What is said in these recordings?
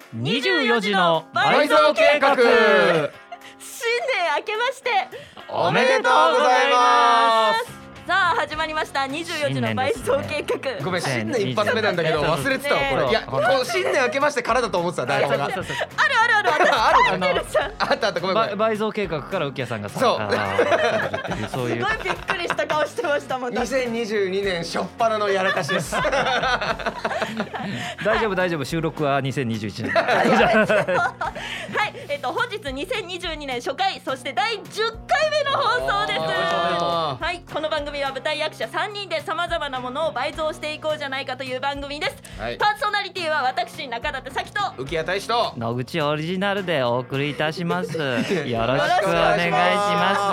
24時の倍増計画。 新年明けましておめでとうございます。 さあ始まりました24時の倍増計画。 ごめん、新年一発目なんだけど忘れてたわこれ。いや、こう新年明けましてからだと思ってた台本が。 あるあったごめん。 倍増計画から浮谷さんがそうそういうすごいびっくりした顔してましたもん。 2022年初っ端のやらかしです。 大丈夫、収録は2021年。 はい、本日2022年初回、そして第10回目の放送です。はい、この番組は舞台役者3人で様々なものを倍増していこうじゃないかという番組です。 はい、 パーソナリティは私中舘咲と浮谷大使と野口オリジナルでお送りいたします。よろしくお願いします。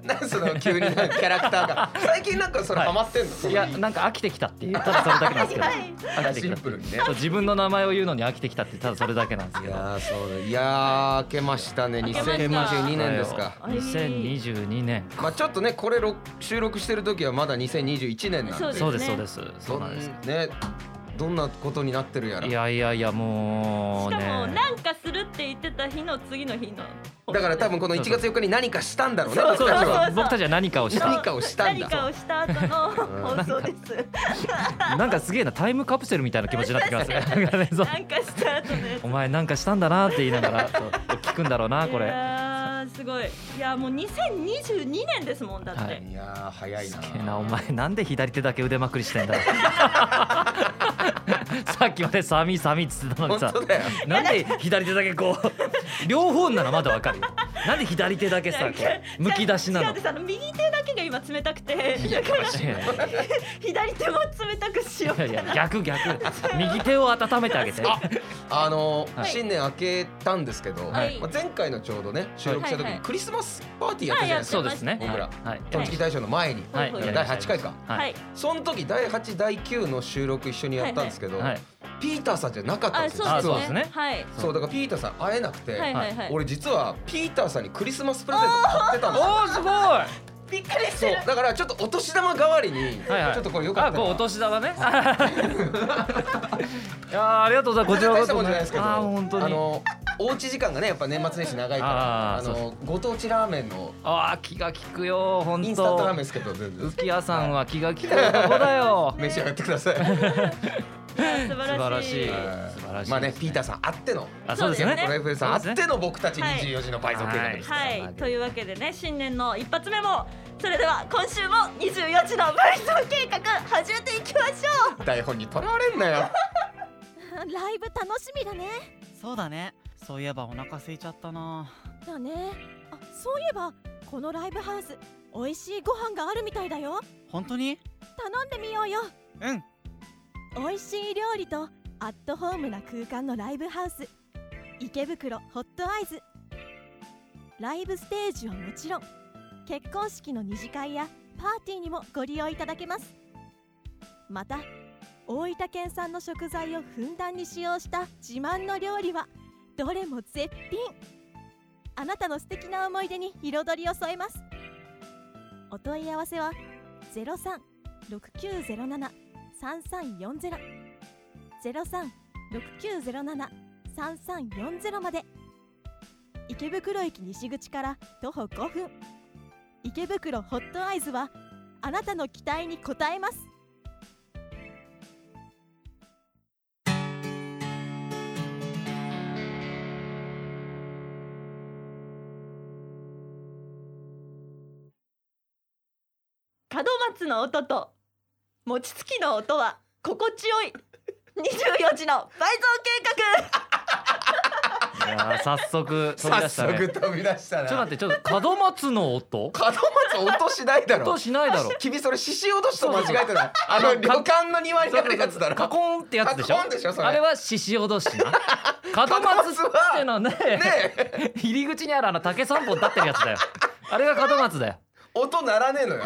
なんその急になんかキャラクターが最近なんかそれハマってんの？ いや、なんか飽きてきたっていうただそれだけなんですけど、飽きてきたシンプルにね。 自分の名前を言うのに飽きてきたってただそれだけなんですけど。 いやそうだ。いや明けましたね。2022年ですか。 2022年。 まあちょっとね、これ収録してる時はまだ2021年なんで。 そうですそうなんですね。どんなことになってるやら。 いやもうね。 しかもなんかするって言ってた日の次の日の。 だから多分この1月4日に何かしたんだろうね。 僕たちは何かをしたんだ。 何かをした後の放送です。 なんかすげえな、タイムカプセルみたいな気持ちになってきますね。 なんかした後ね。 お前なんかしたんだなって言いながら聞くんだろうなこれ。 すごい。いやもう2022年ですもんだって。 いや早いな。 すげえな。お前なんで左手だけ腕まくりしてんだ。さっきまでサミっつってたのにさ、なんで左手だけこう両方ならまだわかるよ。なんで左手だけさこうむき出しなの。 右手だけが今冷たくて、だから左手も冷たくしよう。 いや逆右手を温めてあげて。 新年明けたんですけど、前回のちょうどね収録した時にクリスマスパーティーやったじゃないですか。 そうですね。 僕らトンチキ大賞の前に第8回か。その時第8第9の収録一緒にやったんですけど、ピーターさんじゃなかったんですよ。 そうですね。 そうだからピーターさん会えなくて、俺実はピーターさんにクリスマスプレゼント買ってたんですよ。 おーすごい。 びっくりしてる。 だからちょっとお年玉代わりにちょっとこれよかったら。 お年玉ね。いやありがとうございます。こちらこそ。 大したもんじゃないですけど、 本当におうち時間がねやっぱ年末年始長いからご当地ラーメンの気が利くよ本当。 インスタントラーメンですけど浮谷さんは気が利く男だよ。 召し上がってください。 素晴らしい。 まあね、ピーターさんあっての、 そうですね。 プロエフさんあっての僕たち24時の倍増計画です。 はい、というわけでね、新年の一発目もそれでは今週も24時の倍増計画始めていきましょう。 台本にとらわれんなよ。 ライブ楽しみだね。 そうだね。そういえばお腹空いちゃったな。 だね。そういえばこのライブハウス美味しいご飯があるみたいだよ。 本当に？ 頼んでみようよ。 うん。 美味しい料理とアットホームな空間のライブハウス、池袋ホットアイズ。ライブステージはもちろん、結婚式の二次会やパーティーにもご利用いただけます。また大分県産の食材をふんだんに使用した自慢の料理はどれも絶品。あなたの素敵な思い出に彩りを添えます。お問い合わせは 03-6907-3340 03-6907-3340 まで。池袋駅西口から徒歩5分、池袋ホットアイズはあなたの期待に応えます。 門松の音と餅つきの音は心地よい24時の倍増計画。 いや早速飛び出したね。 早速飛び出したな。 ちょっと門松の音？ 門松音しないだろ。 音しないだろ。 君それ獅子おどしと間違えてない？旅館の庭にあるやつだろ。 カコンってやつでしょ。 カコンでしょそれ。 あれは獅子おどしな。門松ってのね、入り口にある竹3本立ってるやつだよ。あれが門松だよ。 音鳴らねえのよ。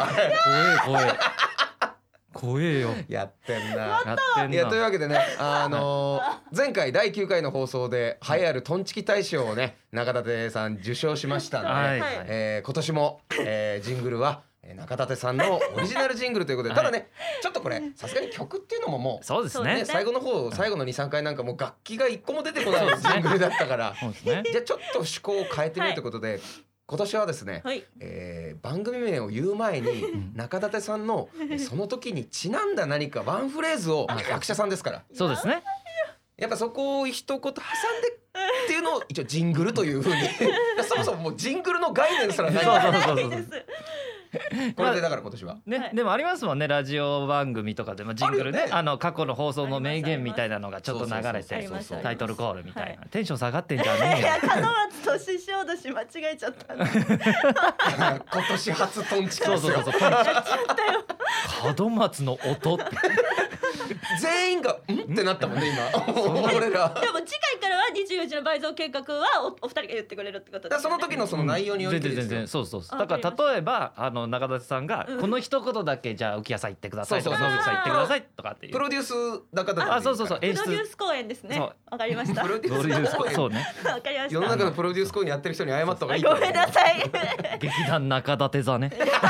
怖えよ。 やってんな。いやというわけでね、前回第9回の放送で栄えあるトンチキ大賞をね中舘さん受賞しましたので、今年もジングルは中立さんのオリジナルジングルということで、ただねちょっとこれさすがに曲っていうのももうそうですね、 最後の方最後の 2,3 回なんかもう楽器が1個も出てこないジングルだったからじゃあちょっと趣向を変えてみるということで、今年はですね、番組名を言う前に中立さんのその時にちなんだ何かワンフレーズを役者さんですからそうですね、 やっぱそこを一言挟んでっていうのを一応ジングルという風にそもそももうジングルの概念すらないこれでだから今年はね、でもありますもんね、ラジオ番組とかでもジングルね、過去の放送の名言みたいなのがちょっと流れてタイトルコールみたいな、テンション下がってんじゃねえよ。 門松年小年間違えちゃった今年初トンチキですよ。 門松の音って全員がんってなったもんね今俺ら。 でも次回からは24時の倍増計画はお二人が言ってくれるってことですね。 その時のその内容によってですよ。 全然そうだから例えば中立さんがこの一言だけじゃあ浮谷さん言ってくださいとか野口さん言ってくださいとかっていうプロデュース中立。 そう演出プロデュース公演ですね。わかりました。 プロデュース公演、 そうね、 わかりました。 世の中のプロデュース公演やってる人に謝った方がいい。 ごめんなさい。 劇団中立座ね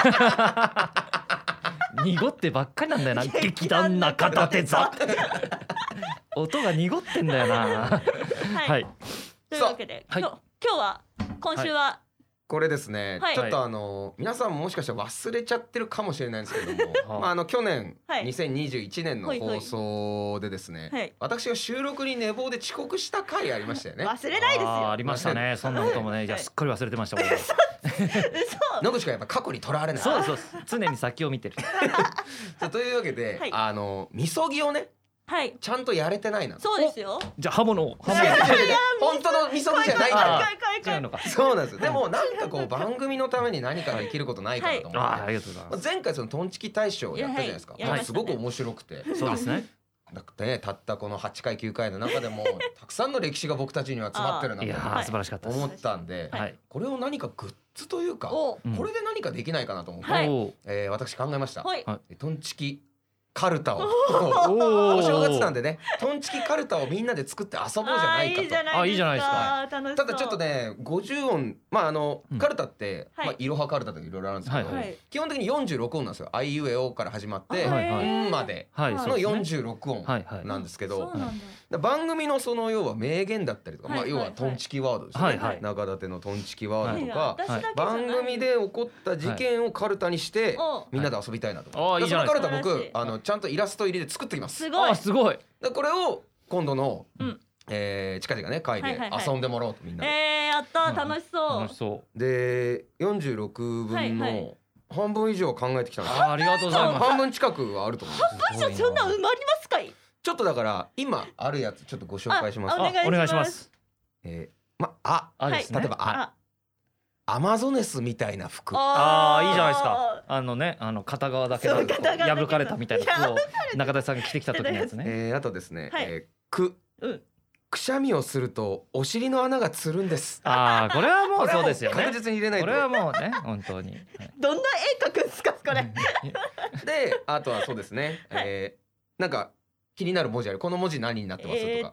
濁ってばっかりなんだよな劇団中立座音が濁ってんだよな。はい、 というわけで今週はこれですね、ちょっと皆さんもしかしたら忘れちゃってるかもしれないんですけれども去年2021年の放送でですね、私が収録に寝坊で遅刻した回ありましたよね。 忘れないですよ。 ありましたね、そんなこともね。じゃあすっかり忘れてました僕。 野口がやっぱ過去にとらわれない。 そう常に先を見てるというわけでみそぎをねちゃんとやれてないな。 そうですよ。 じゃあ刃物を本当のみそぎじゃないんだ。 違うのか。 そうなんです。でもなんかこう番組のために何かできることないかなと思って。 ありがとうございます。 前回そのトンチキ大賞やったじゃないですか。すごく面白くて。 そうですね。 だってたったこの8回9回の中でもたくさんの歴史が僕たちには詰まってるなと素晴らしかったです。 思ったんで、これを何かグッズというかこれで何かできないかなと思って私考えました。トンチキカルタをお正月なんでねトンチキカルタをみんなで作って遊ぼうじゃないかと。 いいじゃないですか。 ただちょっとね50音カルタっていろはカルタとかいろいろあるんですけど基本的に46音なんですよ。あいうえおから始まってんまでの46音なんですけど、番組のその要は名言だったりとか要はトンチキワードですね。中立のトンチキワードとか番組で起こった事件をカルタにしてみんなで遊びたいなと。そのカルタ僕ちゃんとイラスト入りで作ってきます。 すごい。 これを今度の近々ね会で遊んでもらおうとみんなで。 やった楽しそう。 で46分の半分以上考えてきたんです。 ありがとうございます。 半分近くはあると思います。 半分以上そんな埋まりますかい。 ちょっとだから今あるやつちょっとご紹介します。 お願いします。 例えばアマゾネスみたいな服。 いいじゃないですか。片側だけ破かれたみたいな服を中田さんが着てきた時のやつね。 あとですね、くしゃみをするとお尻の穴がつるんです。 これはもうそうですよね。 確実に入れないと。 これはもうね本当に。 どんな絵描くんですかこれ。 であとはそうですね。なんか気になる文字ある。この文字何になってます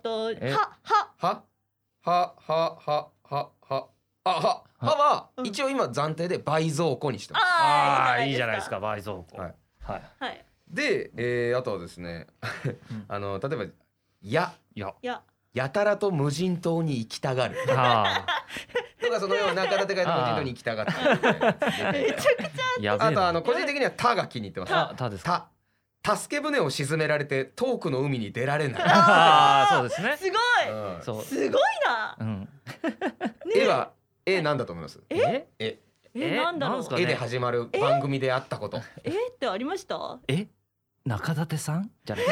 とか。はは一応今暫定で倍増庫にしてます。 いいじゃないですか倍増庫。 であとはですね例えばやたらと無人島に行きたがるとかそのような中立が無人島に行きたがってめちゃくちゃあと個人的にはたが気に入ってます。助け舟を沈められて遠くの海に出られない。 そうですね。 すごいすごいな。 絵は何だと思います？ なんだろう。 絵で始まる番組であったこと。 ってありました？ 中立さんじゃない。 もう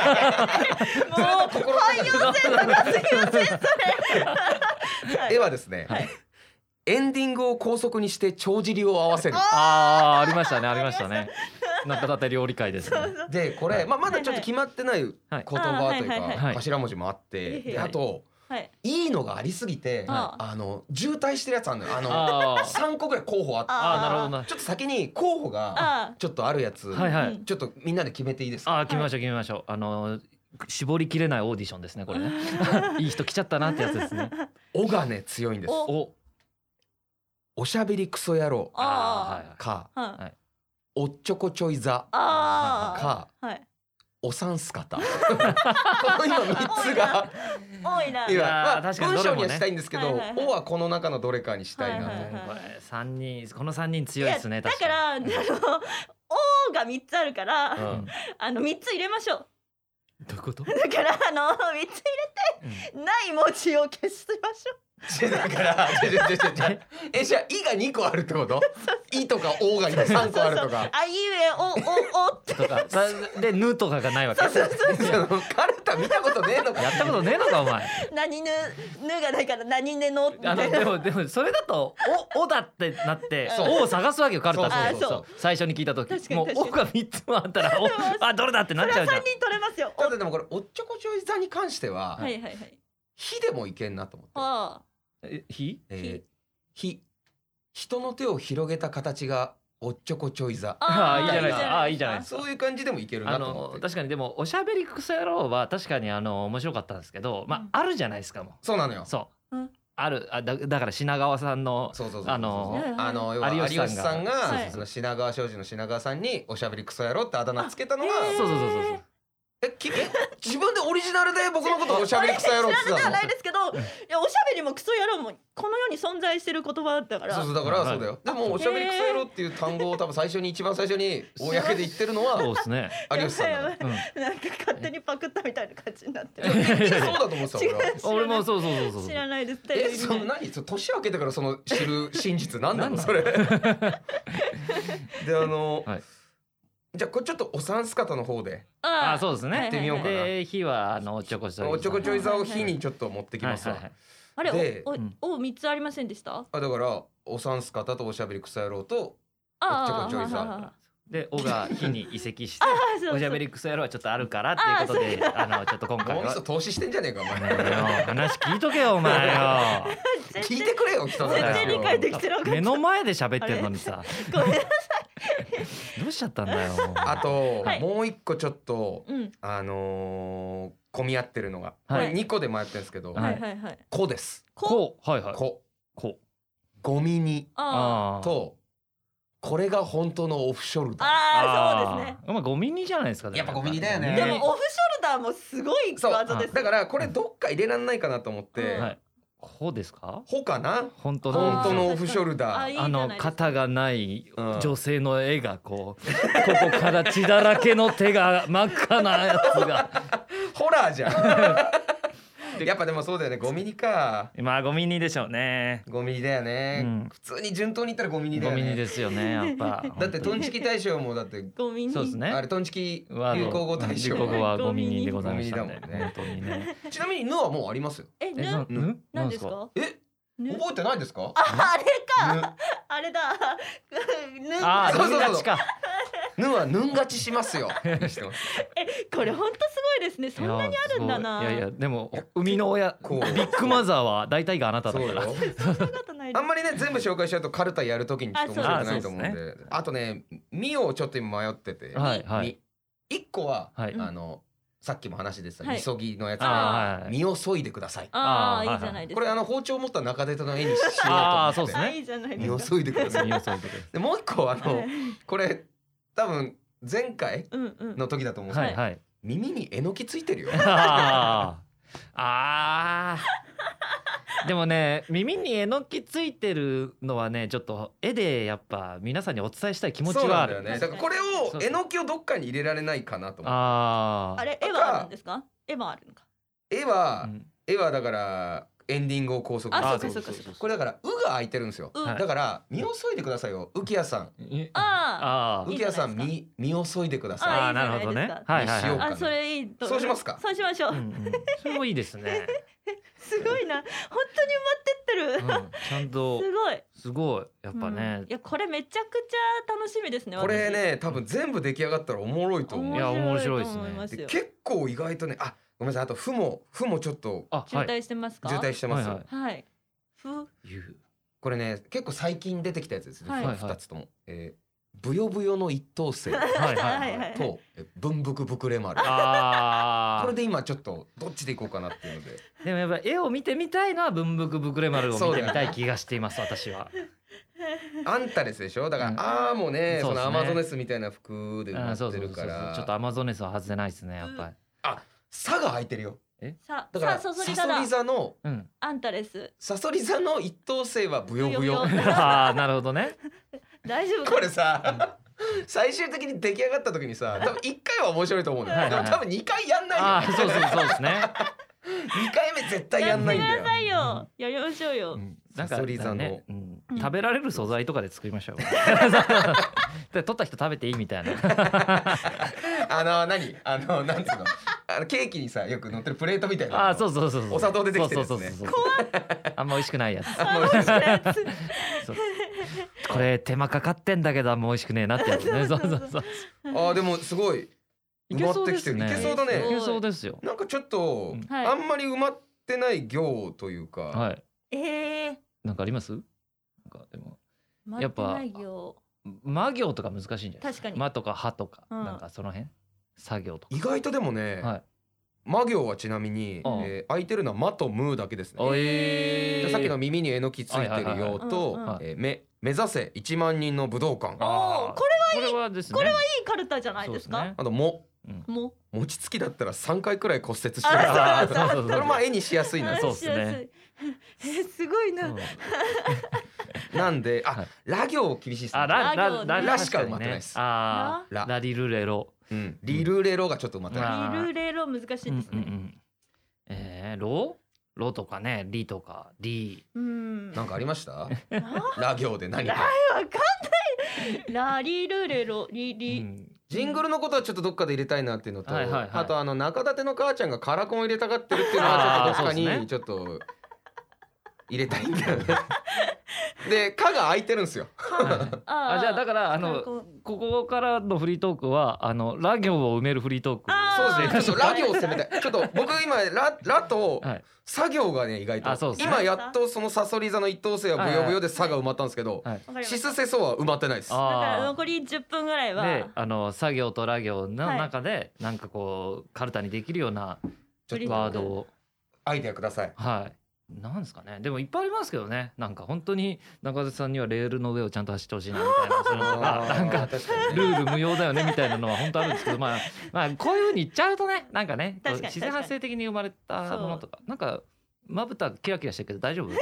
汎用性高すぎませんそれ。 絵はですね、エンディングを高速にして帳尻を合わせる。 ありましたね。中立料理会ですね。 でこれまだちょっと決まってない言葉というか頭文字もあって、あといいのがありすぎて渋滞してるやつあるのよ。3個ぐらい候補あって、 なるほど。 ちょっと先に候補がちょっとあるやつちょっとみんなで決めていいですか？ 決めましょう。絞りきれないオーディションですねこれね。いい人来ちゃったなってやつですね。 おがね強いんです。おしゃべりクソ野郎かおっちょこちょい座か、おさんす方この今3つが多いな。 文章にはしたいんですけど、おはこの中のどれかにしたいなと。 この3人強いですね。 だからおが3つあるから3つ入れましょう。 どういうこと？ だから3つ入れてない文字を消しましょう。 だからじゃあいが2個あるってこと？いとかおが3個あるとか。 あいうえおとかでぬとかがないわけ。 そうカルタ見たことねえのか。 やったことねえのかお前。 何ぬがないから何ねのみたいな。 でもそれだとおだってなっておを探すわけよカルタ。そう最初に聞いた時もうおが3つもあったらどれだってなっちゃうじゃん。 3人取れますよ。 でもこれおっちょこちょい座に関してはひでもいけんなと思って。人の手を広げた形がおっちょこちょい座。 いいじゃないですか。いいじゃないですか。 そういう感じでもいけるなと思って。 確かにでもおしゃべりクソ野郎は確かに面白かったんですけど、あるじゃないですかもう。 そうなのよ。 あるだから品川さんの有吉さんが品川庄司の品川さんにおしゃべりクソ野郎ってあだ名つけたのが。そう。自分でオリジナルで僕のことをおしゃべりクソ野郎って言ってたの？ 知らないですけど、おしゃべりもクソ野郎もこの世に存在してる言葉だから。 そうだからそうだよ。でもおしゃべりクソ野郎っていう単語を多分一番最初に公で言ってるのはそうですね。 有吉さんだ。 なんか勝手にパクったみたいな感じになってる。 そうだと思ってた俺もそう知らないです。 その何年明けてからその知る真実なんなのそれ。でじゃあこれちょっとおさんす方の方でそうですね。 やってみようかな。 で火はおっちょこちょい座を火にちょっと持ってきますわ。 あれお3つありませんでした？ だからおさんす方とおしゃべりクソ野郎とおっちょこちょい座でおが火に移籍しておしゃべりクソ野郎はちょっとあるからっていうことでちょっと今回は投資してんじゃねえかお前。 話聞いとけよお前よ。 聞いてくれよ人全然理解できてなかった。 目の前で喋ってるのにさ。 ごめんなさい。 どうしちゃったんだよ。 あともう一個ちょっと混み合ってるのがこれ2個で迷ってるんですけど、こです。 こゴミにとこれが本当のオフショルダー。 そうですね。 ゴミにじゃないですか。 やっぱゴミにだよね。 でもオフショルダーもすごい技です。 だからこれどっか入れらんないかなと思って。 ほですか？ ほかな？ 本当のオフショルダー。肩がない女性の絵がここから血だらけの手が真っ赤なやつがホラーじゃん。やっぱでもそうだよね。ゴミにか。 ゴミにでしょうね。 ゴミにだよね。普通に順当に言ったらゴミにだよね。 ゴミにですよねやっぱ。 だってトンチキ大賞もだってゴミに。 そうですね。 あれトンチキ流行語大賞。 流行語はゴミにでございましたね。本当にね。 ちなみにぬはもうありますよ。 ぬ？何ですか？ 覚えてないですか？ あれか。あれだ。 そうぬはぬん勝ちしますよ。 これ本当すごいですね。そんなにあるんだな。 いやでも生みの親ビッグマザーは大体があなただから。 あんまりね全部紹介しちゃうとカルタやるときにちょっと面白くないと思うんで。あとねみをちょっと今迷ってて。1個はさっきも話でさみそぎのやつで身を削いでください。 いいじゃないですか。 これ包丁を持った中出の絵にしようと思って。 いいじゃないですか。 身を削いでください。でもう一個これ多分前回の時だと思うんですけど耳にえのきついてるよ。 でもね耳にえのきついてるのはねちょっと絵でやっぱ皆さんにお伝えしたい気持ちはある。 そうなんだよね。だからこれをえのきをどっかに入れられないかなと思って。 あれ絵はあるんですか？絵もあるのか。絵はだからエンディングを拘束して。これだから「う」が空いてるんですよ。だから「身を削いでください」よ。浮谷さん。浮谷さん身を削いでください。 なるほどね。 それいいと。 そうしますか。 そうしましょう。 それもいいですね。 すごいな。本当に埋まってってる。 ちゃんとすごいやっぱね。 いやこれめちゃくちゃ楽しみですね。 これね多分全部出来上がったらおもろいと思う。 いや面白いですね。 結構意外とねごめんなさい。あと負もちょっと渋滞してますか？ 渋滞してます。 はい。 これね結構最近出てきたやつですね。2つとも。 ブヨブヨの一等星と文福ブクレ丸。これで今ちょっとどっちでいこうかなっていうので。 でもやっぱ絵を見てみたいのは文福ブクレ丸を見てみたい気がしています私は。 アンタレスでしょ。だからもうね、そのアマゾネスみたいな服で埋まってるから。 ちょっとアマゾネスは外せないですねやっぱり。 差が空いてるよ。 だからサソリ座のアンタレス、 サソリ座の一等星はブヨブヨ。 なるほどね。 大丈夫。 これさ最終的に出来上がった時にさ、多分1回は面白いと思うんだよ。多分2回やんないよ。 そうですね。 2回目絶対やんないんだよ。 やってくださいよ。やりましょうよ。 サソリ座の食べられる素材とかで作りましょう。で取った人食べていいみたいな。 なんつうの、ケーキにさよく乗ってるプレートみたいな。 そうお砂糖出てきてるやつね。 あんま美味しくないやつ。これ手間かかってんだけどあんま美味しくねえなってやつね。 でもすごい埋まってきてる。いけそうだね。 いけそうですよ。 なんかちょっとあんまり埋まってない行というか。 なんかあります？なんかでもやっぱ魔行とか難しいんじゃない？ 確かに。 魔とか歯とかなんかその辺作業とか。 意外とでもね、魔行はちなみに空いてるのは魔とムーだけですね。さっきの耳にえのきついてるよと目指せ1万人の武道館。 これはいいカルタじゃないですか。 あと餅つきだったら3回くらい骨折してる。これまあ絵にしやすいな。 そうですね。 すごいな。 なんでラ行厳しいですね。ラしか埋まってないです。 ラリルレロ。 リルレロがちょっと埋まってない。リルレロ難しいですね。 ロとかね、リとかリ。 なんかありました？ラ行で何か。 わかんない。ラリルレロリ。 ジングルのことはちょっとどっかで入れたいなっていうのと、あと中立の母ちゃんがカラコン入れたがってるっていうのはちょっとどっかにちょっと入れたいんだよね。で、カが空いてるんですよ。 じゃあだからここからのフリートークはラ行を埋めるフリートーク。 そうですね。ちょっとラ行を攻めたい。ちょっと僕今ラと作業がね意外と今やっとそのサソリ座の一等星はブヨブヨでサが埋まったんですけど、シスセソは埋まってないです。 だから残り10分ぐらいはで作業とラ行の中でなんかこうカルタにできるようなワードをアイデアください。 なんですかね。でもいっぱいありますけどね。なんか本当に中田さんにはレールの上をちゃんと走ってほしいなみたいな、そういうのとかなんかルール無用だよねみたいなのは本当あるんですけど、まあこういう風に言っちゃうとね、なんかね自然発生的に生まれたものとかなんかまぶたキラキラしてるけど大丈夫？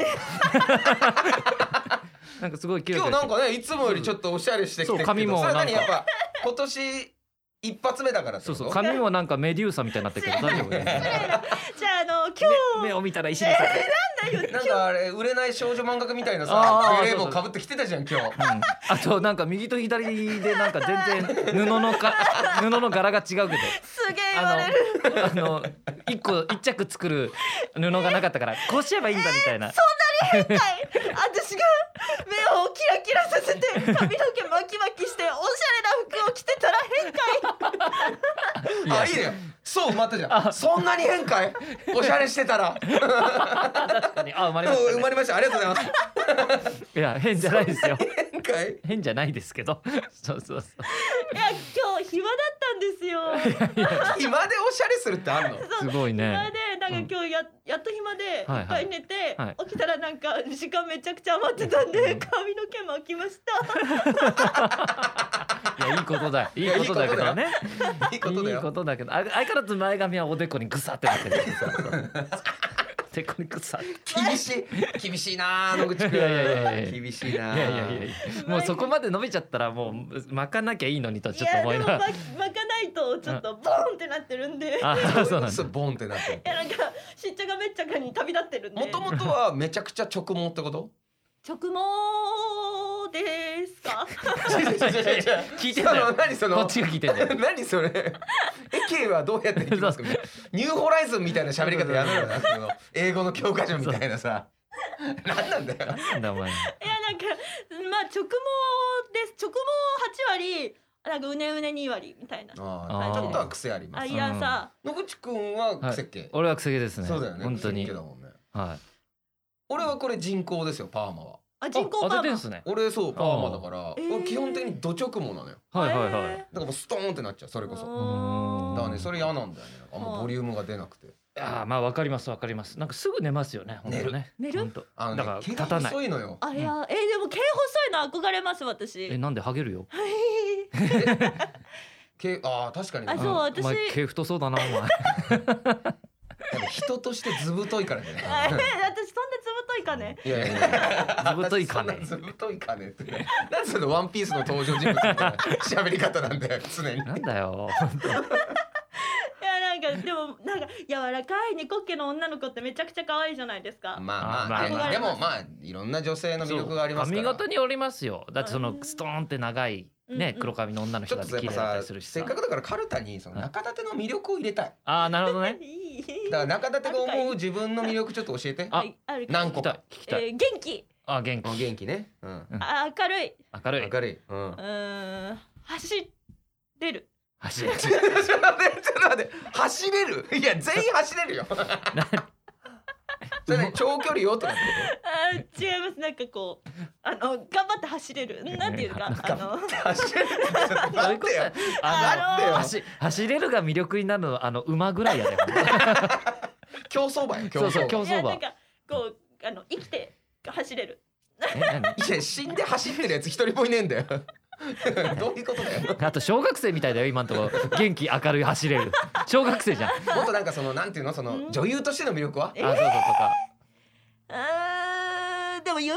なんかすごいキラキラしてる。 今日なんかねいつもよりちょっとおしゃれしてきてるけど、 髪もそれ何やっぱ今年一発目だから。 そう髪もなんかメデューサみたいになってるけど大丈夫？じゃあ今日目を見たら石になんかあれ売れない少女漫画家みたいなさベレー帽かぶってきてたじゃん今日。 あとなんか右と左でなんか全然布の柄が違うけどすげえ言われる。 一着作る布がなかったからこうしちゃえばいいんだみたいな。 そんなに変態。私が目をキラキラさせて髪の毛巻き巻きしておしゃれな服を着てたら変態。 いいね。そう埋まったじゃん。そんなに変態？おしゃれしてたら。 確かに埋まりましたね。 埋まりました。ありがとうございます。 いや変じゃないですよ。 変じゃないですけど。そう。いや今日暇だったんですよ。 暇でおしゃれするってあんの？ すごいね。 暇でなんか今日やっと暇でいっぱい寝て起きたらなんか時間めちゃくちゃ余ってたんで髪の毛巻きました。 いやいいことだ。いいことだけどね。 いいことだけど相変わらず前髪はおでこにグサってなってる。でこにグサ。 厳しいな野口くん。厳しいな。 いやもうそこまで伸びちゃったらもう巻かなきゃいいのにとちょっと思いながら。 巻かないとちょっとボンってなってるんで。 そうなんです。ボンってなってる。 なんかしっちゃかめっちゃかに旅立ってるんで。 もともとはめちゃくちゃ直毛ってこと？ 直毛ですか？ 聞いてんだよ。 何そのこっちが聞いてんだよ。 何それ？エケはどうやっていきますか？ニューホライズンみたいな喋り方やめろよな。英語の教科書みたいなさ。何なんだよ。 なんだお前。 いやなんかまあ直毛です。直毛8割。なんかうねうね2割みたいな。 ちょっとは癖あります。 いやさ。 野口くんは癖っ俺は癖毛ですね。 そうだよね。 本当に。 はい。俺はこれ人工ですよパーマは。 人工パーマ。 俺そうパーマだから基本的にド直毛なのよ。 はいはいはい。 だからもうストーンってなっちゃうそれこそ。だからねそれ嫌なんだよね。あんまボリュームが出なくて。 ああまあわかりますわかります。なんかすぐ寝ますよね。 寝る。 だから毛が細いのよ。 いやでも毛細いの憧れます私。 なんでハゲるよ。 毛確かに。 そう私。 お前毛太そうだなお前。 人として図太いからね。 私そんな図太いかね。 いや図太いかね。 図太いかねって。なんでそのワンピースの登場人物みたいな喋り方なんだよ常に。 なんだよ。 なんかでもなんか柔らかいニコッケの女の子ってめちゃくちゃ可愛いじゃないですか。 まあでもまあいろんな女性の魅力がありますから。 髪型によりますよ。だってそのストーンって長いね黒髪の女の人だって綺麗だったりするし。 せっかくだからカルタにその中立の魅力を入れたい。 なるほどね。 だから中立が思う自分の魅力ちょっと教えて。何個か聞きたい。 元気。 元気ね。 明るい。走れる。 ちょっと待って走れる。いや全員走れるよ。それ長距離よってなって違います。なんかこう頑張って走れる。なんていうか走れる。待ってよ。 走れるが魅力になるのは馬ぐらいやね。 競走馬よ。 競走馬。 なんかこう生きて走れる。 いや死んで走ってるやつ一人もいねえんだよ。どういうことだよ。 あと小学生みたいだよ今のところ。元気明るい走れる小学生じゃん。 もっとなんかそのなんていうのその女優としての魅力は。 そうとか。 でも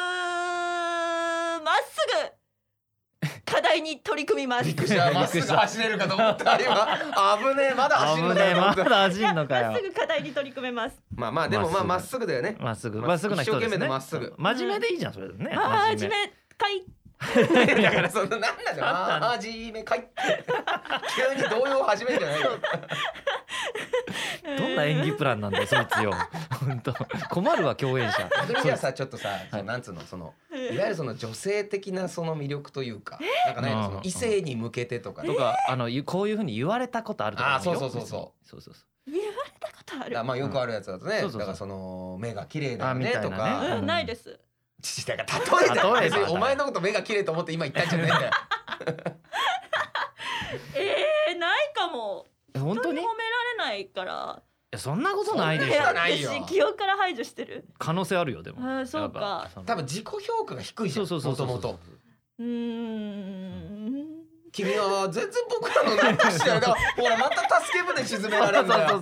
まっすぐ課題に取り組みます。 まっすぐ走れるかと思った今。危ねえまだ走るのかよ。 まだ走るのかよ。 まっすぐ課題に取り組めます。 まあでもまっすぐだよね。 まっすぐな人ですね。 一生懸命でまっすぐ。 真面目でいいじゃんそれね。 真面目かい。 だからそのなんだよ。真面目かい。急に動揺を始めるんじゃないよ。 どんな演技プランなんだよそいつよ。本当困るわ共演者。 じゃあさちょっとさなんつうのそのいわゆるその女性的なその魅力というかなんかねその異性に向けてとかこういう風に言われたことあるとか。 そう。 言われたことある。 まあよくあるやつだとね。だからその目が綺麗だよねとか。 ないです。 だから例えだよ。お前のこと目が綺麗と思って今言ったんじゃないんだよ。 ないかも。 本当に褒められないから。 そんなことないでしょ。 私記憶から排除してる。 可能性あるよでも。 そうか。 多分自己評価が低いじゃん。もともと。君は全然僕らの何かしらがほらまた助け舟沈められるんだよ。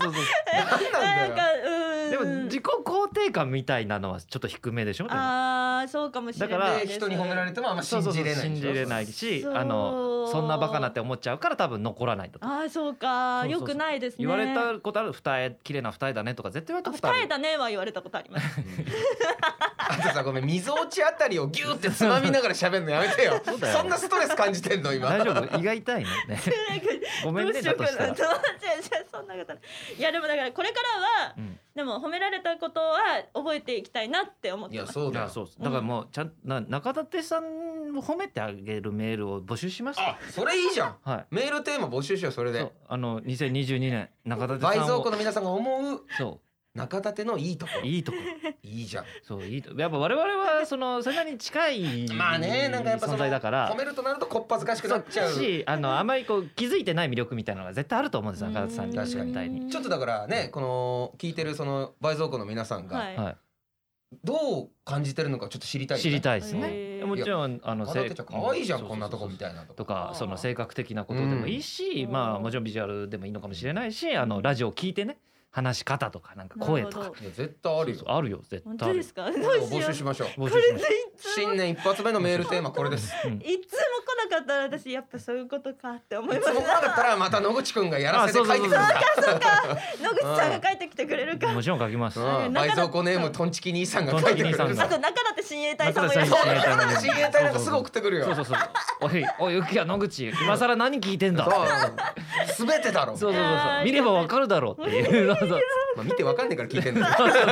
でも自己肯定感みたいなのはちょっと低めでしょ。 そうかもしれない。 だから人に褒められてもあんま信じれないしそんなバカなって思っちゃうから多分残らないと。 そうかよくないですね。 言われたことある。綺麗な二重だねとか絶対言われたことある。 二重だねは言われたことあります。 あとさごめん溝落ちあたりをギューってつまみながら喋るのやめてよ。そんなストレス感じてんの今。 大丈夫？胃が痛いのね。ごめんねだとしたら。 そんなことない。いやでもだからこれからはでも褒められたことは覚えていきたいなって思ってます。 いやそうだよ。 だからもうちゃん中立さんを褒めてあげるメールを募集します。 それいいじゃん。メールテーマ募集しようそれで。 2022年中立さんを倍増庫の皆さんが思う。 そう。 中立のいいところ。 いいところ。 いいじゃん。 そういいと。やっぱ我々はそれなりに近いまあねなんかやっぱ存在だから褒めるとなるとこっぱずかしくなっちゃうしあまりこう気づいてない魅力みたいなのが絶対あると思うんですよ中立さんに。 確かに。ちょっとだからねこの聞いてるその倍増庫の皆さんがどう感じてるのかちょっと知りたい。 知りたいですね。もちろん可愛いじゃんこんなとこみたいなとかその性格的なことでもいいしまあもちろんビジュアルでもいいのかもしれないしラジオを聞いてね。話し方とかなんか声とか絶対あるよ。 あるよ絶対。 本当ですか？ 募集しましょう。新年一発目のメールテーマこれです。 いつも来なかったら私やっぱそういうことかって思います。 いつも来なかったらまた野口くんがやらせて書いてくるから。 そうか野口さんが書いてきてくれるか。 もちろん書きます。 倍増庫ネームトンチキ兄さんが書いてくれる。 あと中立親衛隊さんもいらっしゃる。 中立親衛隊なんかすぐ送ってくるよ。 そうおいゆきや野口今更何聞いてんだ。 すべてだろ。 そう見ればわかるだろっていう。 見てわかんないから聞いてんだよ。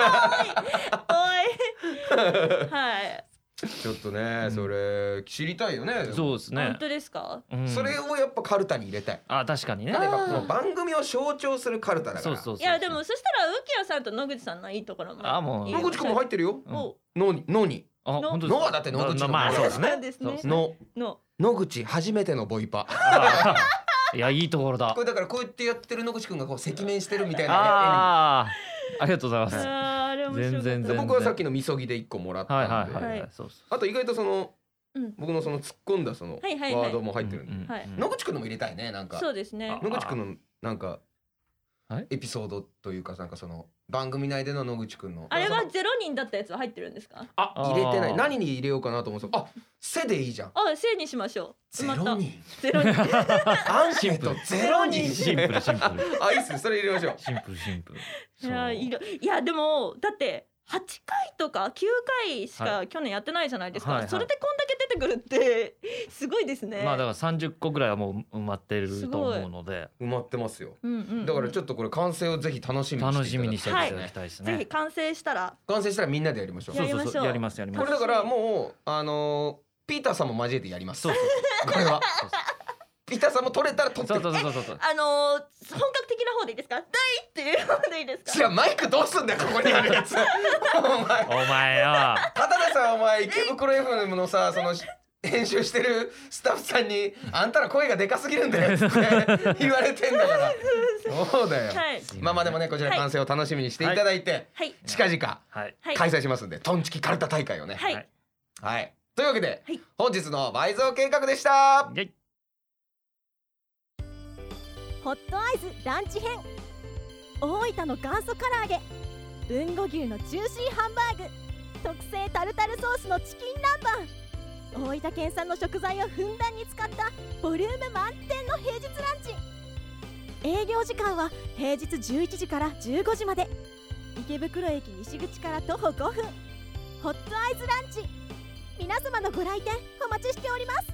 はい。 ちょっとねそれ知りたいよね。 そうですね。 本当ですか？ それをやっぱカルタに入れたい。 確かにね。 この番組を象徴するカルタだから。 いやでもそしたら浮谷さんと野口さんのいいところも。 もう野口くんも入ってるよ。のに。 あ、本当ですか。 のはだって野口のまあそうですね。 野口初めてのボイパ。 いや、いいところだ。 これだからこうやってやってる野口くんがこう赤面してるみたいな。 ありがとうございます。全然。 僕はさっきのみそぎで1個もらったんで、あと意外とその僕のその突っ込んだそのワードも入ってるんで、野口くんのも入れたいね。なんかそうですね。 野口くんのなんかエピソードというか、なんかその番組内での野口くんのあれは0人だったやつは入ってるんですか？ 入れてない。何に入れようかなと思ってた。せでいいじゃん。 せにしましょう。 0人。 アンケート0人。 シンプル。 いいっす。それ入れましょう。 シンプル。 いやでもだって8回とか9回しか去年やってないじゃないですか。それでこんだけ出てくるってすごいですね。 まあだから30個ぐらいはもう埋まってると思うので。 埋まってますよ。だからちょっとこれ完成をぜひ楽しみにしていただきたいですね。 ぜひ完成したらみんなでやりましょう。 そうやります。これだからもうピーターさんも交えてやります。これはピーターさんも取れたら取って。 本格的な方でいいですか？大っていう方でいいですか？ じゃあマイクどうすんだよ、ここにあるやつ。 お前よ。 片田さん、お前池袋 FM のさ、その編集してるスタッフさんにあんたら声がでかすぎるんだよって言われてんだから。そうだよ。まあでもね、こちら完成を楽しみにしていただいて、近々開催しますんで、トンチキカルタ大会をね。はい。というわけで本日の倍増計画でした。 ホットアイズランチ編。大分の元祖唐揚げ、豊後牛のジューシーハンバーグ、特製タルタルソースのチキン南蛮、大分県産の食材をふんだんに使ったボリューム満点の平日ランチ。営業時間は平日11時から15時まで。池袋駅西口から徒歩5分。ホットアイズランチ、皆様のご来店お待ちしております。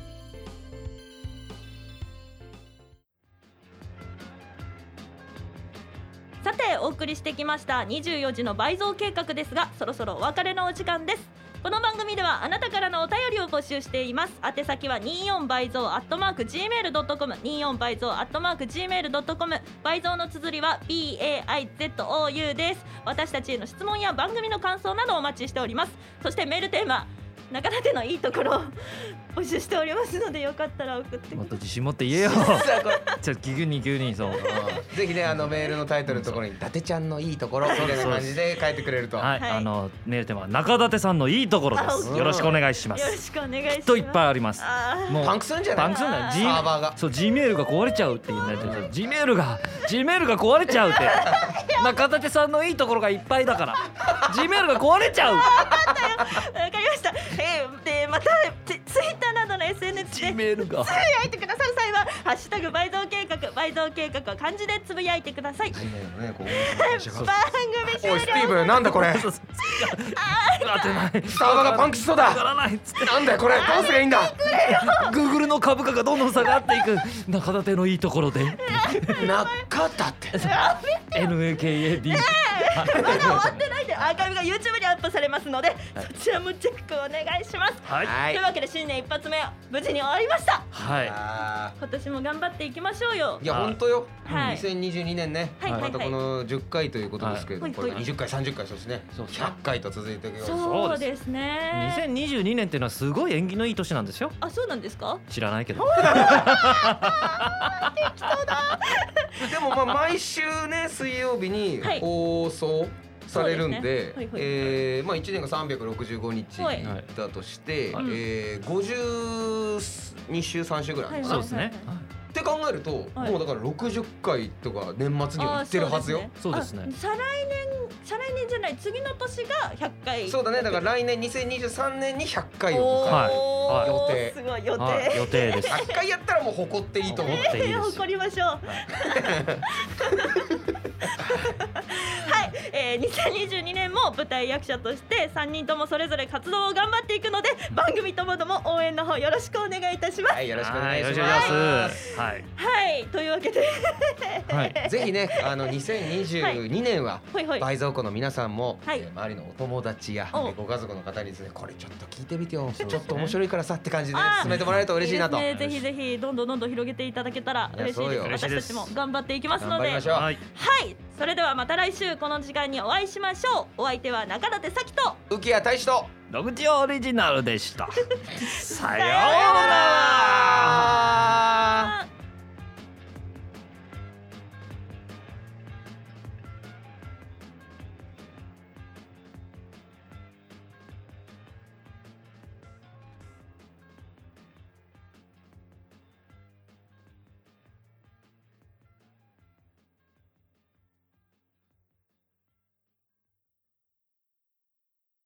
さてお送りしてきました24時の倍増計画ですが、そろそろお別れのお時間です。この番組ではあなたからのお便りを募集しています。宛先は24倍増@gmail.com、 24倍増@gmail.com。 倍増の綴りは BAIZOU です。私たちへの質問や番組の感想などお待ちしております。そしてメールテーマ、中立のいいところを募集しておりますので、よかったら送ってください。 もっと自信持って言えよ。ちょっと急にそうぜひね、メールのタイトルのところに伊達ちゃんのいいところみたいな感じで書いてくれると、 メールテーマは中立さんのいいところです。よろしくお願いします。 よろしくお願いします。 きっといっぱいあります。 もうパンクするんじゃない？ パンクするんだよ。 サーバーが。 そう、G メールが壊れちゃうって言うんだよ。G メールが壊れちゃうって。中立さんのいいところがいっぱいだから。G メールが壊れちゃう。 わかりました。でまたツイッターなどの SNS でつぶやいてくださる際はハッシュタグ倍増計画、倍増計画は漢字でつぶやいてください。番組終了。 おいスティーブ、なんだこれ。 当てない。 スタバがパンクしそうだ。なんだよこれ、どうすりゃいいんだ。 Google の株価がどんどん下がっていく。中立のいいところで。 中立。 NAKAD。 まだ終わってないんで、アーカイブが YouTube にアップされますので、そちらもチェックお願いします。というわけで新年一発目無事に終わりました。今年も頑張っていきましょうよ。 いや本当よ。2022年ね、またこの10回ということですけれども、これ20回30回、そうですね、100回と続いていくようです。 そうですね。 2022年っていうのはすごい縁起のいい年なんですよ。 あ、そうなんですか？ 知らないけど。 でも毎週ね、水曜日に放送されるんで、1年が365日だとして、52週3週ぐらい。 そうですね。 って考えると、もうだから60回とか年末には行ってるはずよ。 そうですね。 再来年じゃない、次の年が100回。 そうだね。だから来年2023年に100回を迎える予定。 すごい予定です。 100回やったらもう誇っていいと思って。 誇りましょう。はい、2022年も舞台役者として3人ともそれぞれ活動を頑張っていくので、番組ともども応援の方よろしくお願いいたします。 はい、よろしくお願いします。 はい、というわけでぜひね、2022年は倍増庫の皆さんも周りのお友達やご家族の方にですね、これちょっと聞いてみてよ、ちょっと面白いからさって感じで進めてもらえると嬉しいなと。 ぜひぜひどんどん広げていただけたら嬉しいです。私たちも頑張っていきますので。はい、 それではまた来週この時間にお会いしましょう。お相手は中舘咲と浮谷大志と野口オリジナルでした。さようなら。